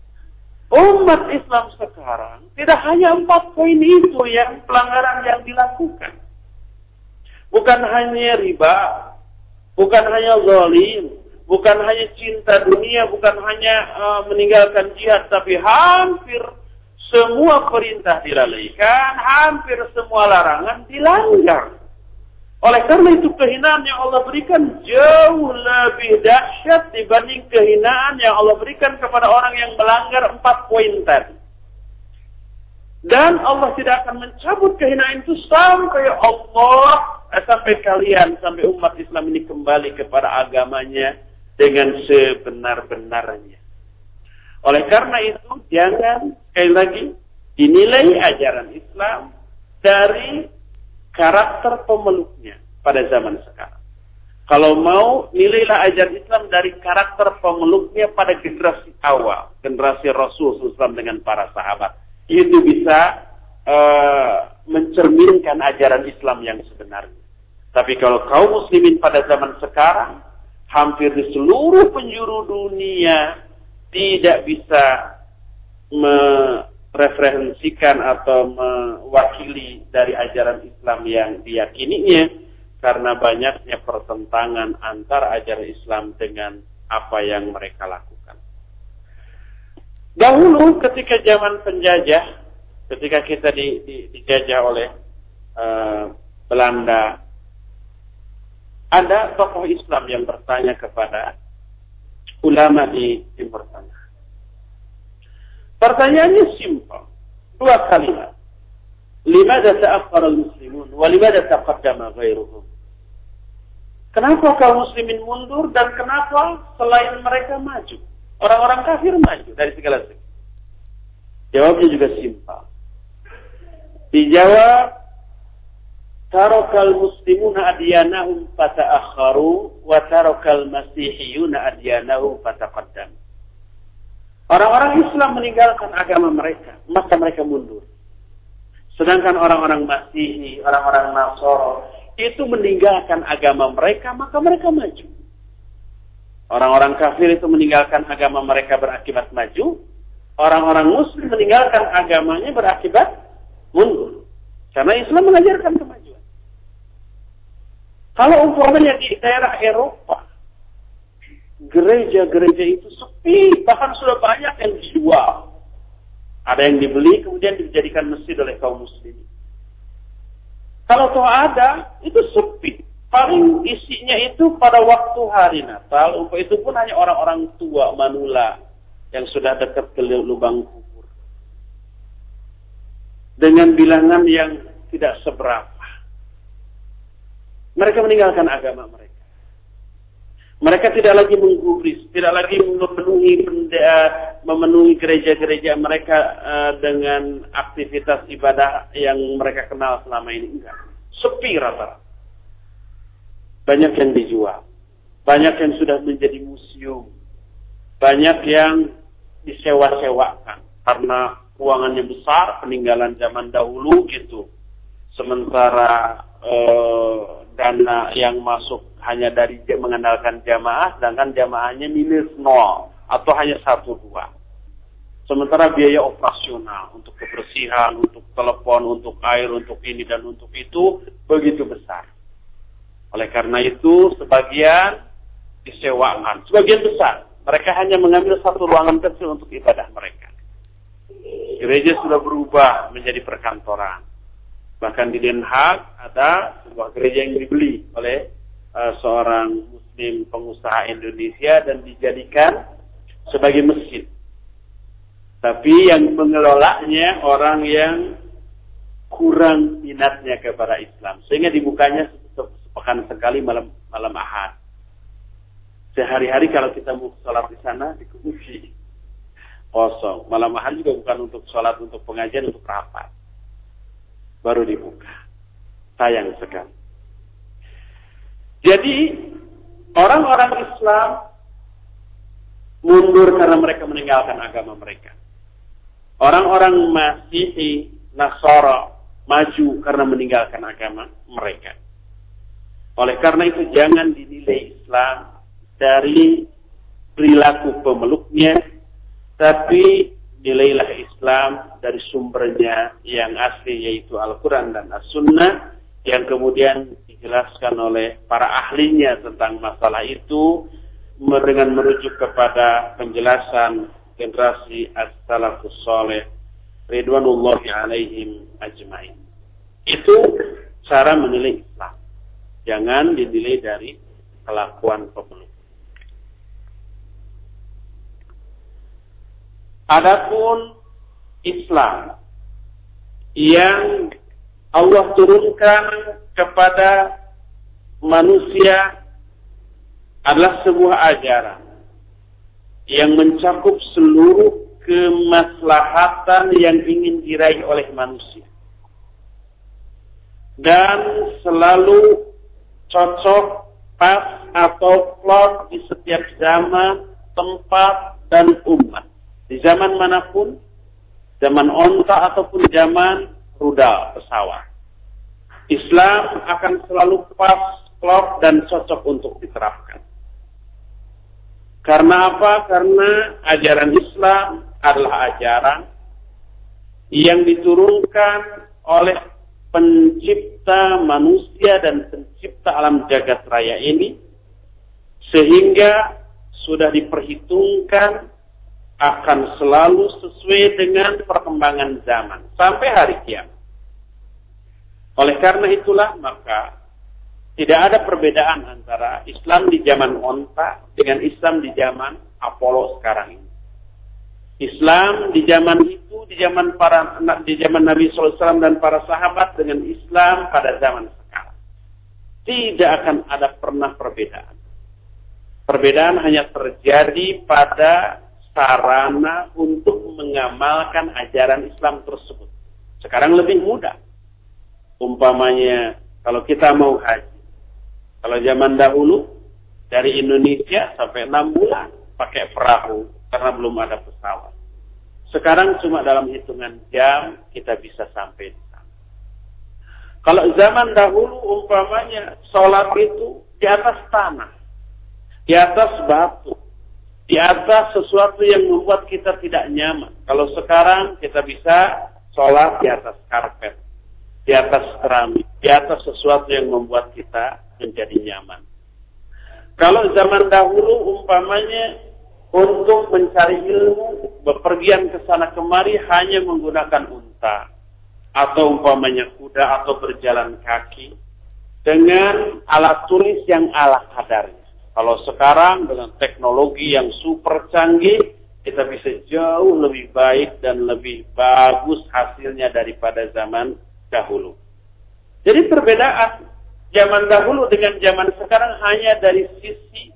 Umat Islam sekarang tidak hanya 4 poin itu yang pelanggaran yang dilakukan. Bukan hanya riba, bukan hanya zalim, bukan hanya cinta dunia, bukan hanya meninggalkan jihad, tapi hampir semua perintah dilalaikan, hampir semua larangan dilanggar. Oleh karena itu kehinaan yang Allah berikan jauh lebih dahsyat dibanding kehinaan yang Allah berikan kepada orang yang melanggar 4 poin tadi. Dan Allah tidak akan mencabut kehinaan itu sampai kalian, sampai umat Islam ini kembali kepada agamanya dengan sebenar-benarnya. Oleh karena itu jangan sekali lagi dinilai ajaran Islam dari karakter pemeluknya pada zaman sekarang. Kalau mau, nilailah ajaran Islam dari karakter pemeluknya pada generasi awal, generasi Rasul SAW dengan para sahabat. Itu bisa mencerminkan ajaran Islam yang sebenarnya. Tapi kalau kaum muslimin pada zaman sekarang, hampir di seluruh penjuru dunia tidak bisa mereferensikan atau mewakili dari ajaran Islam yang diyakininya karena banyaknya pertentangan antara ajaran Islam dengan apa yang mereka lakukan. Dahulu ketika zaman penjajah, ketika kita dijajah oleh Belanda, ada tokoh Islam yang bertanya kepada ulama di Timur Tengah. Pertanyaannya simpel, 2 kalimat. Limadha ta'akhkhara al-muslimun wa limadha taqaddama ghairuhum? Kenapa kaum muslimin mundur dan kenapa selain mereka maju? Orang-orang kafir maju dari segala segi. Jawabnya juga simpel. Dijawab, tarakal muslimuna adyanahum fata'akharu wa tarakal masihiyuna adyanahum fataqaddam. Orang-orang Islam meninggalkan agama mereka, maka mereka mundur. Sedangkan orang-orang Masihi, orang-orang Nasara itu meninggalkan agama mereka, maka mereka maju. Orang-orang kafir itu meninggalkan agama mereka berakibat maju. Orang-orang muslim meninggalkan agamanya berakibat mundur. Karena Islam mengajarkan kemajuan. Kalau umpamanya di daerah Eropa, gereja-gereja itu sepi, bahkan sudah banyak yang dijual. Ada yang dibeli kemudian dijadikan masjid oleh kaum muslimin. Kalau toh ada, itu sepi. Paling isinya itu pada waktu hari Natal, itu pun hanya orang-orang tua manula yang sudah dekat ke lubang kubur. Dengan bilangan yang tidak seberapa. Mereka meninggalkan agama mereka. Mereka tidak lagi menggubris, tidak lagi memenuhi gereja-gereja mereka dengan aktivitas ibadah yang mereka kenal selama ini. Enggak. Sepi rata-rata. Banyak yang dijual. Banyak yang sudah menjadi museum. Banyak yang disewa-sewakan. Karena ruangannya besar, peninggalan zaman dahulu gitu. Sementara dana yang masuk hanya dari mengandalkan jamaah, sedangkan jamaahnya minus 0 atau hanya 1-2. Sementara biaya operasional untuk kebersihan, untuk telepon, untuk air, untuk ini dan untuk itu begitu besar. Oleh karena itu sebagian disewakan, sebagian besar mereka hanya mengambil satu ruangan kecil untuk ibadah mereka. Gereja sudah berubah menjadi perkantoran. Bahkan di Den Haag ada sebuah gereja yang dibeli oleh seorang muslim pengusaha Indonesia dan dijadikan sebagai masjid. Tapi yang mengelolanya orang yang kurang minatnya kepada Islam. Sehingga dibukanya sepekan sekali malam Ahad. Sehari-hari kalau kita mau sholat di sana dikunci. Kosong. Malam Ahad juga bukan untuk sholat, untuk pengajian, untuk rapat. Baru dibuka. Sayang sekali. Jadi orang-orang Islam mundur karena mereka meninggalkan agama mereka. Orang-orang Masihi, Nasara maju karena meninggalkan agama mereka. Oleh karena itu jangan dinilai Islam dari perilaku pemeluknya, tapi nilailah Islam dari sumbernya yang asli, yaitu Al-Quran dan As-Sunnah, yang kemudian dijelaskan oleh para ahlinya tentang masalah itu dengan merujuk kepada penjelasan generasi as-salafus saleh ridwanullahi alaihim ajmain. Itu cara menilai Islam. Jangan dinilai dari kelakuan pemeluk. Adapun Islam yang Allah turunkan kepada manusia adalah sebuah ajaran yang mencakup seluruh kemaslahatan yang ingin diraih oleh manusia. Dan selalu cocok, pas, atau plot di setiap zaman, tempat, dan umat. Di zaman manapun, zaman onta ataupun zaman rudal, pesawat. Islam akan selalu pas, klop, dan cocok untuk diterapkan. Karena apa? Karena ajaran Islam adalah ajaran yang diturunkan oleh pencipta manusia dan pencipta alam jagat raya ini, sehingga sudah diperhitungkan akan selalu sesuai dengan perkembangan zaman sampai hari kiamat. Oleh karena itulah maka tidak ada perbedaan antara Islam di zaman onta dengan Islam di zaman Apollo sekarang ini. Islam di zaman itu, di zaman Nabi SAW dan para sahabat dengan Islam pada zaman sekarang. Tidak akan ada pernah perbedaan. Perbedaan hanya terjadi pada sarana untuk mengamalkan ajaran Islam tersebut. Sekarang lebih mudah. Umpamanya kalau kita mau haji. Kalau zaman dahulu dari Indonesia sampai 6 bulan pakai perahu karena belum ada pesawat. Sekarang cuma dalam hitungan jam kita bisa sampai di sana. Kalau zaman dahulu umpamanya sholat itu di atas tanah. di atas batu, di atas sesuatu yang membuat kita tidak nyaman. Kalau sekarang kita bisa sholat di atas karpet, di atas keramik, di atas sesuatu yang membuat kita menjadi nyaman. Kalau zaman dahulu umpamanya untuk mencari ilmu, bepergian ke sana kemari hanya menggunakan unta, atau umpamanya kuda, atau berjalan kaki, dengan alat tulis yang ala kadarnya. Kalau sekarang dengan teknologi yang super canggih, kita bisa jauh lebih baik dan lebih bagus hasilnya daripada zaman dahulu. Jadi perbedaan zaman dahulu dengan zaman sekarang hanya dari sisi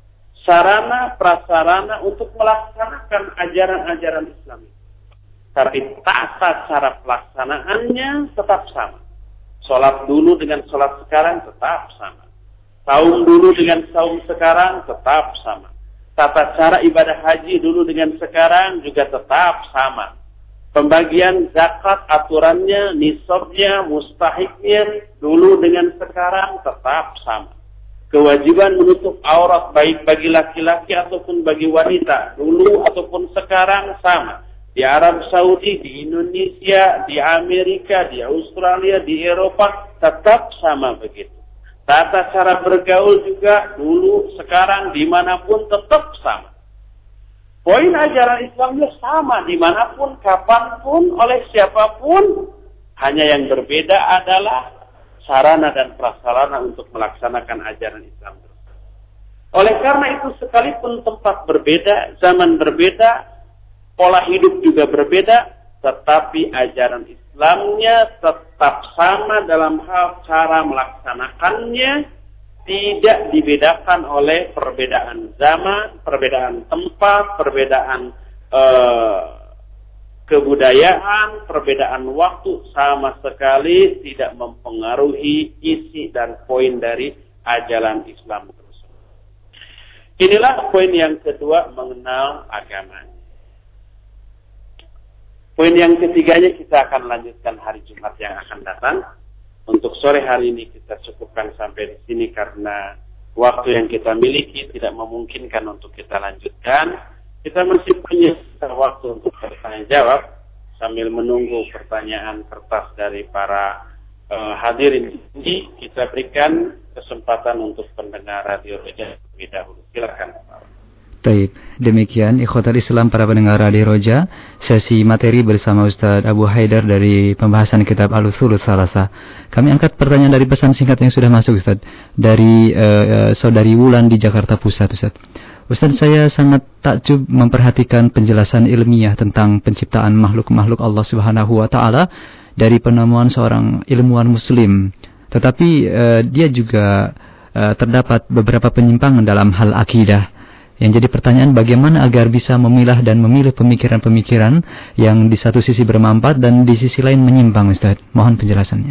sarana prasarana untuk melaksanakan ajaran-ajaran Islam. Tapi tata cara pelaksanaannya tetap sama. Sholat dulu dengan sholat sekarang tetap sama. Saum dulu dengan saum sekarang tetap sama. Tata cara ibadah haji dulu dengan sekarang juga tetap sama. Pembagian zakat, aturannya, nisabnya, mustahiknya dulu dengan sekarang tetap sama. Kewajiban menutup aurat baik bagi laki-laki ataupun bagi wanita dulu ataupun sekarang sama. Di Arab Saudi, di Indonesia, di Amerika, di Australia, di Eropa tetap sama begitu. Tata cara bergaul juga dulu, sekarang, dimanapun tetap sama. Poin ajaran Islamnya sama dimanapun, kapanpun, oleh siapapun. Hanya yang berbeda adalah sarana dan prasarana untuk melaksanakan ajaran Islam. Oleh karena itu, sekalipun tempat berbeda, zaman berbeda, pola hidup juga berbeda, tetapi ajaran Islamnya tetap sama dalam hal cara melaksanakannya, tidak dibedakan oleh perbedaan zaman, perbedaan tempat, perbedaan kebudayaan, perbedaan waktu, sama sekali tidak mempengaruhi isi dan poin dari ajaran Islam tersebut. Inilah poin yang kedua, mengenal agamanya. Poin yang ketiganya kita akan lanjutkan hari Jumat yang akan datang. Untuk sore hari ini kita cukupkan sampai di sini karena waktu yang kita miliki tidak memungkinkan untuk kita lanjutkan. Kita masih punya waktu untuk bertanya jawab sambil menunggu pertanyaan kertas dari para hadirin ini. Kita berikan kesempatan untuk pendengar Radio Roja terlebih dahulu. Silakan. Baik, demikian ikhwatal Islam para pendengar Radio Roja, sesi materi bersama Ustaz Abu Haidar dari pembahasan kitab Al-Ushulus Salasah. Kami angkat pertanyaan dari pesan singkat yang sudah masuk, Ustaz, dari Saudari Wulan di Jakarta Pusat, Ustaz. Ustaz, saya sangat takjub memperhatikan penjelasan ilmiah tentang penciptaan makhluk-makhluk Allah Subhanahu wa taala dari penemuan seorang ilmuwan muslim. Tetapi dia juga terdapat beberapa penyimpangan dalam hal akidah. Yang jadi pertanyaan, bagaimana agar bisa memilah dan memilih pemikiran-pemikiran yang di satu sisi bermanfaat dan di sisi lain menyimpang, Ustaz? Mohon penjelasannya.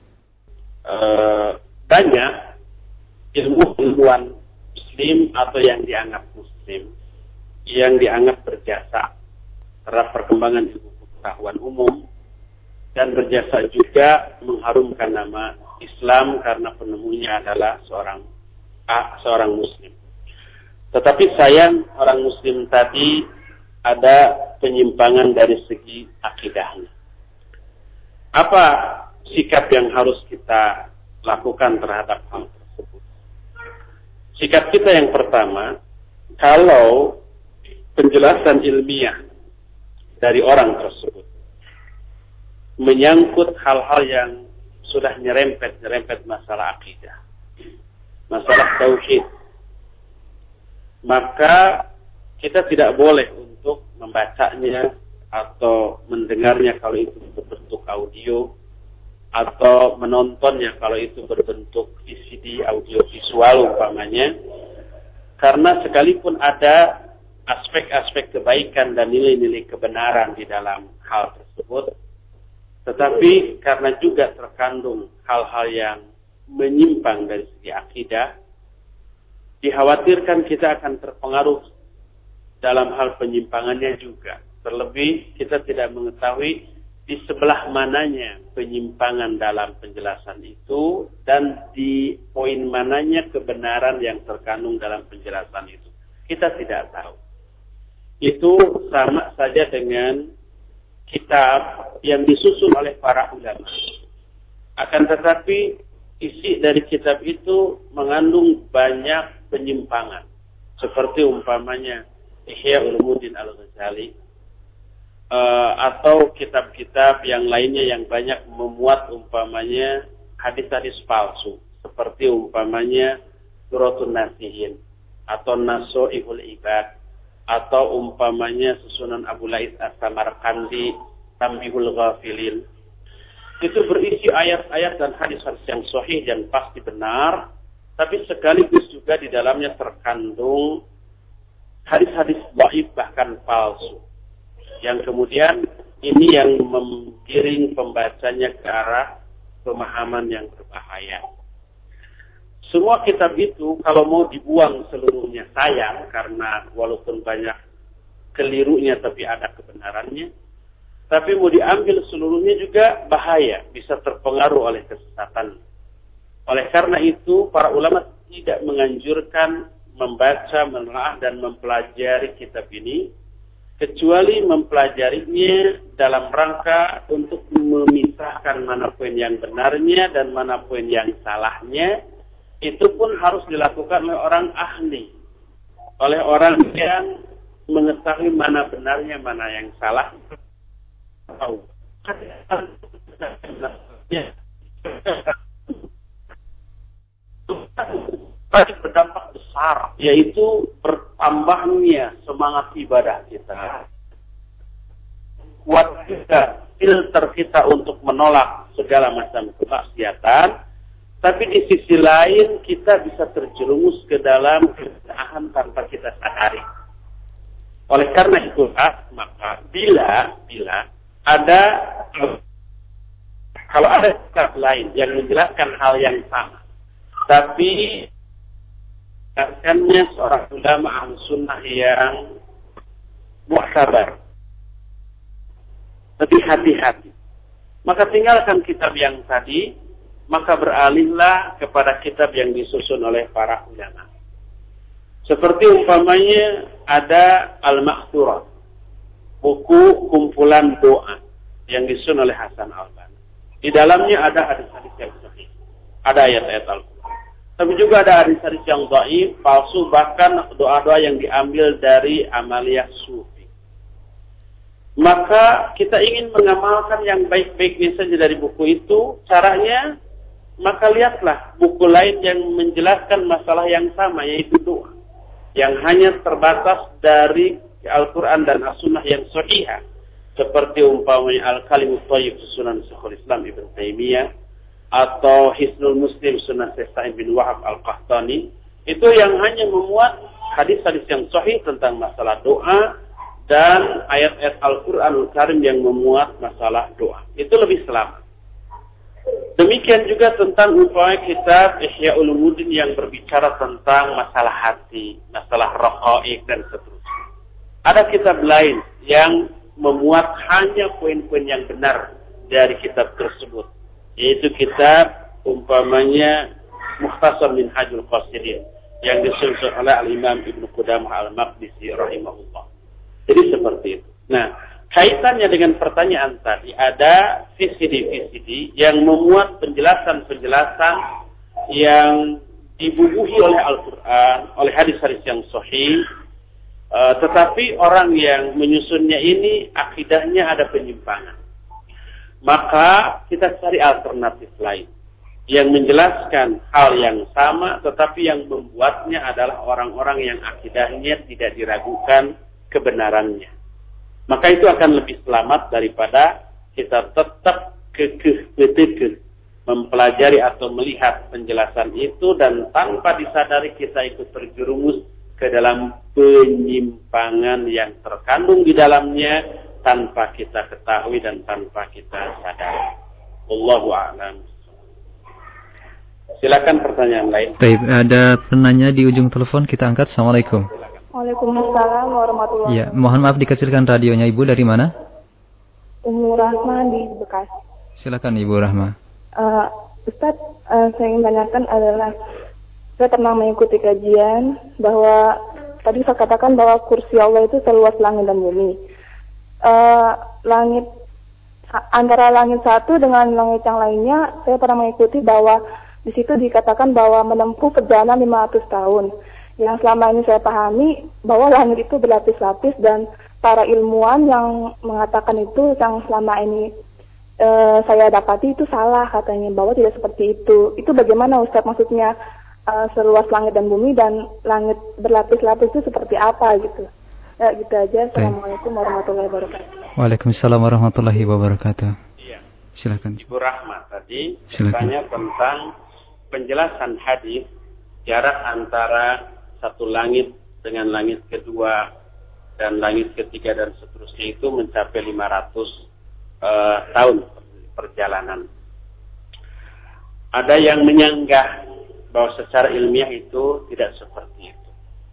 Banyak ilmuwan muslim atau yang dianggap muslim, yang dianggap berjasa terhadap perkembangan ilmu pengetahuan umum, dan berjasa juga mengharumkan nama Islam karena penemunya adalah seorang muslim. Tetapi sayang, orang muslim tadi ada penyimpangan dari segi akidahnya. Apa sikap yang harus kita lakukan terhadap hal tersebut? Sikap kita yang pertama, kalau penjelasan ilmiah dari orang tersebut menyangkut hal-hal yang sudah nyerempet masalah akidah, masalah tauhid, maka kita tidak boleh untuk membacanya atau mendengarnya kalau itu berbentuk audio, atau menontonnya kalau itu berbentuk VCD, audio visual umpamanya. Karena sekalipun ada aspek-aspek kebaikan dan nilai-nilai kebenaran di dalam hal tersebut, tetapi karena juga terkandung hal-hal yang menyimpang dari segi akidah, dikhawatirkan kita akan terpengaruh dalam hal penyimpangannya juga. Terlebih kita tidak mengetahui di sebelah mananya penyimpangan dalam penjelasan itu, dan di poin mananya kebenaran yang terkandung dalam penjelasan itu. Kita tidak tahu. Itu sama saja dengan kitab yang disusun oleh para ulama. Akan tetapi isi dari kitab itu mengandung banyak penyimpangan. Seperti umpamanya Ihya Ulumuddin Al-Ghazali, atau kitab-kitab yang lainnya yang banyak memuat umpamanya hadis-hadis palsu. Seperti umpamanya Suratun Nasihin, atau Nasoihul Ibad, atau umpamanya susunan Abu Lais As-Samarqandi, Tambihul Ghafilin. Itu berisi ayat-ayat dan hadis-hadis yang sahih dan pasti benar, tapi sekaligus juga di dalamnya terkandung hadis-hadis dhaif bahkan palsu. Yang kemudian ini yang menggiring pembacanya ke arah pemahaman yang berbahaya. Semua kitab itu kalau mau dibuang seluruhnya sayang, karena walaupun banyak kelirunya tapi ada kebenarannya. Tapi mau diambil seluruhnya juga bahaya, bisa terpengaruh oleh kesesatan. Oleh karena itu para ulama tidak menganjurkan membaca, menelaah dan mempelajari kitab ini, kecuali mempelajarinya dalam rangka untuk memisahkan mana poin yang benarnya dan mana poin yang salahnya. Itu pun harus dilakukan oleh orang ahli, oleh orang yang mengetahui mana benarnya, mana yang salah. Tahu. Pasti berdampak besar, yaitu bertambahnya semangat ibadah kita. Kuat kita, filter kita untuk menolak segala macam kemaksiatan. Tapi di sisi lain kita bisa terjerumus ke dalam kebid'ahan tanpa kita sadari. Oleh karena itulah, maka bila ada, kalau ada kitab lain yang menjelaskan hal yang sama, tapi menjelaskannya seorang ulama Ahlussunnah yang mu'tabar, lebih hati-hati, maka tinggalkan kitab yang tadi, maka beralihlah kepada kitab yang disusun oleh para ulama. Seperti umpamanya ada Al-Ma'thurah, buku kumpulan doa yang disusun oleh Hasan Al-Banna. Di dalamnya ada hadis-hadis yang sahih, ada ayat-ayat Al-Quran. Tapi juga ada hadis-hadis yang dhaif, palsu, bahkan doa-doa yang diambil dari amaliyah sufi. Maka kita ingin mengamalkan yang baik-baiknya saja dari buku itu. Caranya, maka lihatlah buku lain yang menjelaskan masalah yang sama, yaitu doa, yang hanya terbatas dari Al-Quran dan As-Sunnah yang sahihah, seperti umpamanya Al-Kalimut Thayyib susunan Syekhul Islam Ibn Taimiyah, atau Hisnul Muslim sunnah Syekh Sa'id bin Wahab Al-Qahtani. Itu yang hanya memuat hadis-hadis yang sahih tentang masalah doa dan ayat-ayat Al-Quranul Karim yang memuat masalah doa. Itu lebih selamat. Demikian juga tentang umpamanya kitab Ihya Ulumuddin yang berbicara tentang masalah hati, masalah raqaiq dan seterusnya. Ada kitab lain yang memuat hanya poin-poin yang benar dari kitab tersebut, yaitu kitab umpamanya Mukhtasar Minhajul Qasidin yang disusun oleh Al-Imam Ibnu Qudamah Al-Maqdisi rahimahullah. Jadi seperti itu. Nah, kaitannya dengan pertanyaan tadi, ada VCD yang memuat penjelasan-penjelasan yang dibubuhi oleh Al-Quran, oleh hadis-hadis yang sahih, tetapi orang yang menyusunnya ini akidahnya ada penyimpangan. Maka kita cari alternatif lain yang menjelaskan hal yang sama, tetapi yang membuatnya adalah orang-orang yang akidahnya tidak diragukan kebenarannya. Maka itu akan lebih selamat daripada kita tetap kekeh mempelajari atau melihat penjelasan itu dan tanpa disadari kita ikut terjerumus ke dalam penyimpangan yang terkandung di dalamnya tanpa kita ketahui dan tanpa kita sadari. Wallahu a'lam. Silakan pertanyaan lain. Baik, ada penanya di ujung telepon, kita angkat. Assalamualaikum. Waalaikumsalam warahmatullahi wabarakatuh. Ya, mohon maaf dikecilkan radionya. Ibu dari mana? Umur Rahma di Bekasi. Silakan Ibu Rahma. Ustadz, saya ingin tanyakan adalah, saya pernah mengikuti kajian bahwa tadi saya katakan bahwa kursi Allah itu seluas langit dan bumi. Langit antara langit satu dengan langit yang lainnya, saya pernah mengikuti bahwa di situ dikatakan bahwa menempuh perjalanan 500 tahun. Yang selama ini saya pahami bahwa langit itu berlapis-lapis, dan para ilmuwan yang mengatakan itu yang selama ini saya dapati itu salah katanya, bahwa tidak seperti itu. Itu bagaimana Ustaz, maksudnya seluas langit dan bumi dan langit berlapis-lapis itu seperti apa gitu? Ya gitu aja. Assalamualaikum warahmatullahi wabarakatuh. Waalaikumsalam warahmatullahi wabarakatuh. Iya. Silakan. Ibu Rahma tadi Silakan. bertanya tentang penjelasan hadis jarak antara satu langit dengan langit kedua dan langit ketiga dan seterusnya itu mencapai 500 tahun perjalanan. Ada yang menyanggah bahwa secara ilmiah itu tidak seperti itu.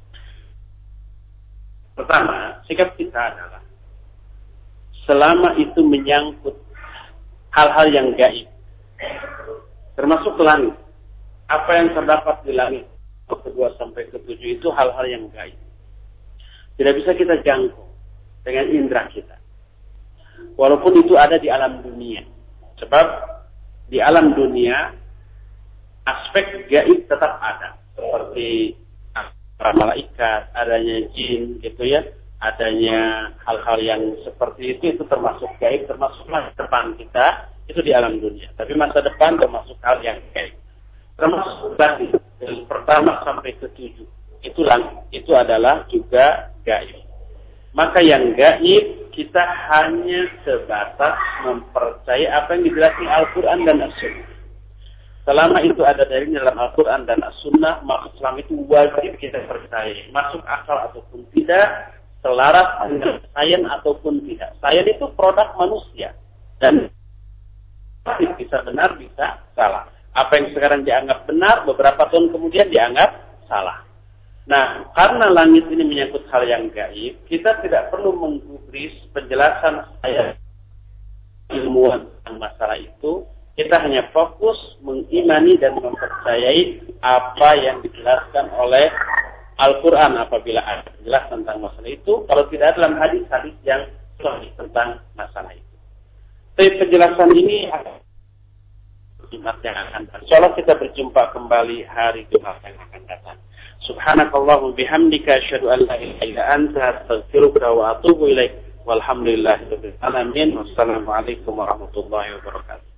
Pertama, sikap kita adalah selama itu menyangkut hal-hal yang gaib, termasuk langit, apa yang terdapat di langit kedua sampai ketujuh itu hal-hal yang gaib, tidak bisa kita jangkau dengan indera kita. Walaupun itu ada di alam dunia. Sebab di alam dunia aspek gaib tetap ada. Seperti para malaikat, adanya jin gitu ya. Adanya hal-hal yang seperti itu termasuk gaib, termasuk masa depan kita, itu di alam dunia. Tapi masa depan termasuk hal yang gaib. Termasuk dari pertama sampai ketujuh. Itu adalah juga gaib. Maka yang gaib kita hanya sebatas mempercayai apa yang dijelaskan Al-Quran dan As-Sunnah. Selama itu ada dari dalam Al-Quran dan As-Sunnah, maka selama itu wajib kita percaya. Masuk akal ataupun tidak, selaras dengan sains ataupun tidak. Sains itu produk manusia. Dan bisa benar, bisa salah. Apa yang sekarang dianggap benar, beberapa tahun kemudian dianggap salah. Nah, karena langit ini menyangkut hal yang gaib, kita tidak perlu menggubris penjelasan saya ilmuwan tentang masalah itu. Kita hanya fokus mengimani dan mempercayai apa yang dijelaskan oleh Al-Quran apabila ada jelas tentang masalah itu. Kalau tidak dalam hadis-hadis yang sahih tentang masalah itu. Tapi penjelasan ini Jumat yang akan datang. Insyaallah kita berjumpa kembali hari Jumat yang akan datang. Subhanakallahumma bihamdika asyhadu an la ilaha illa anta astaghfiruka wa atubu ilaik. Walhamdulillahirabbil alamin. Wassalamualaikum warahmatullahi wabarakatuh.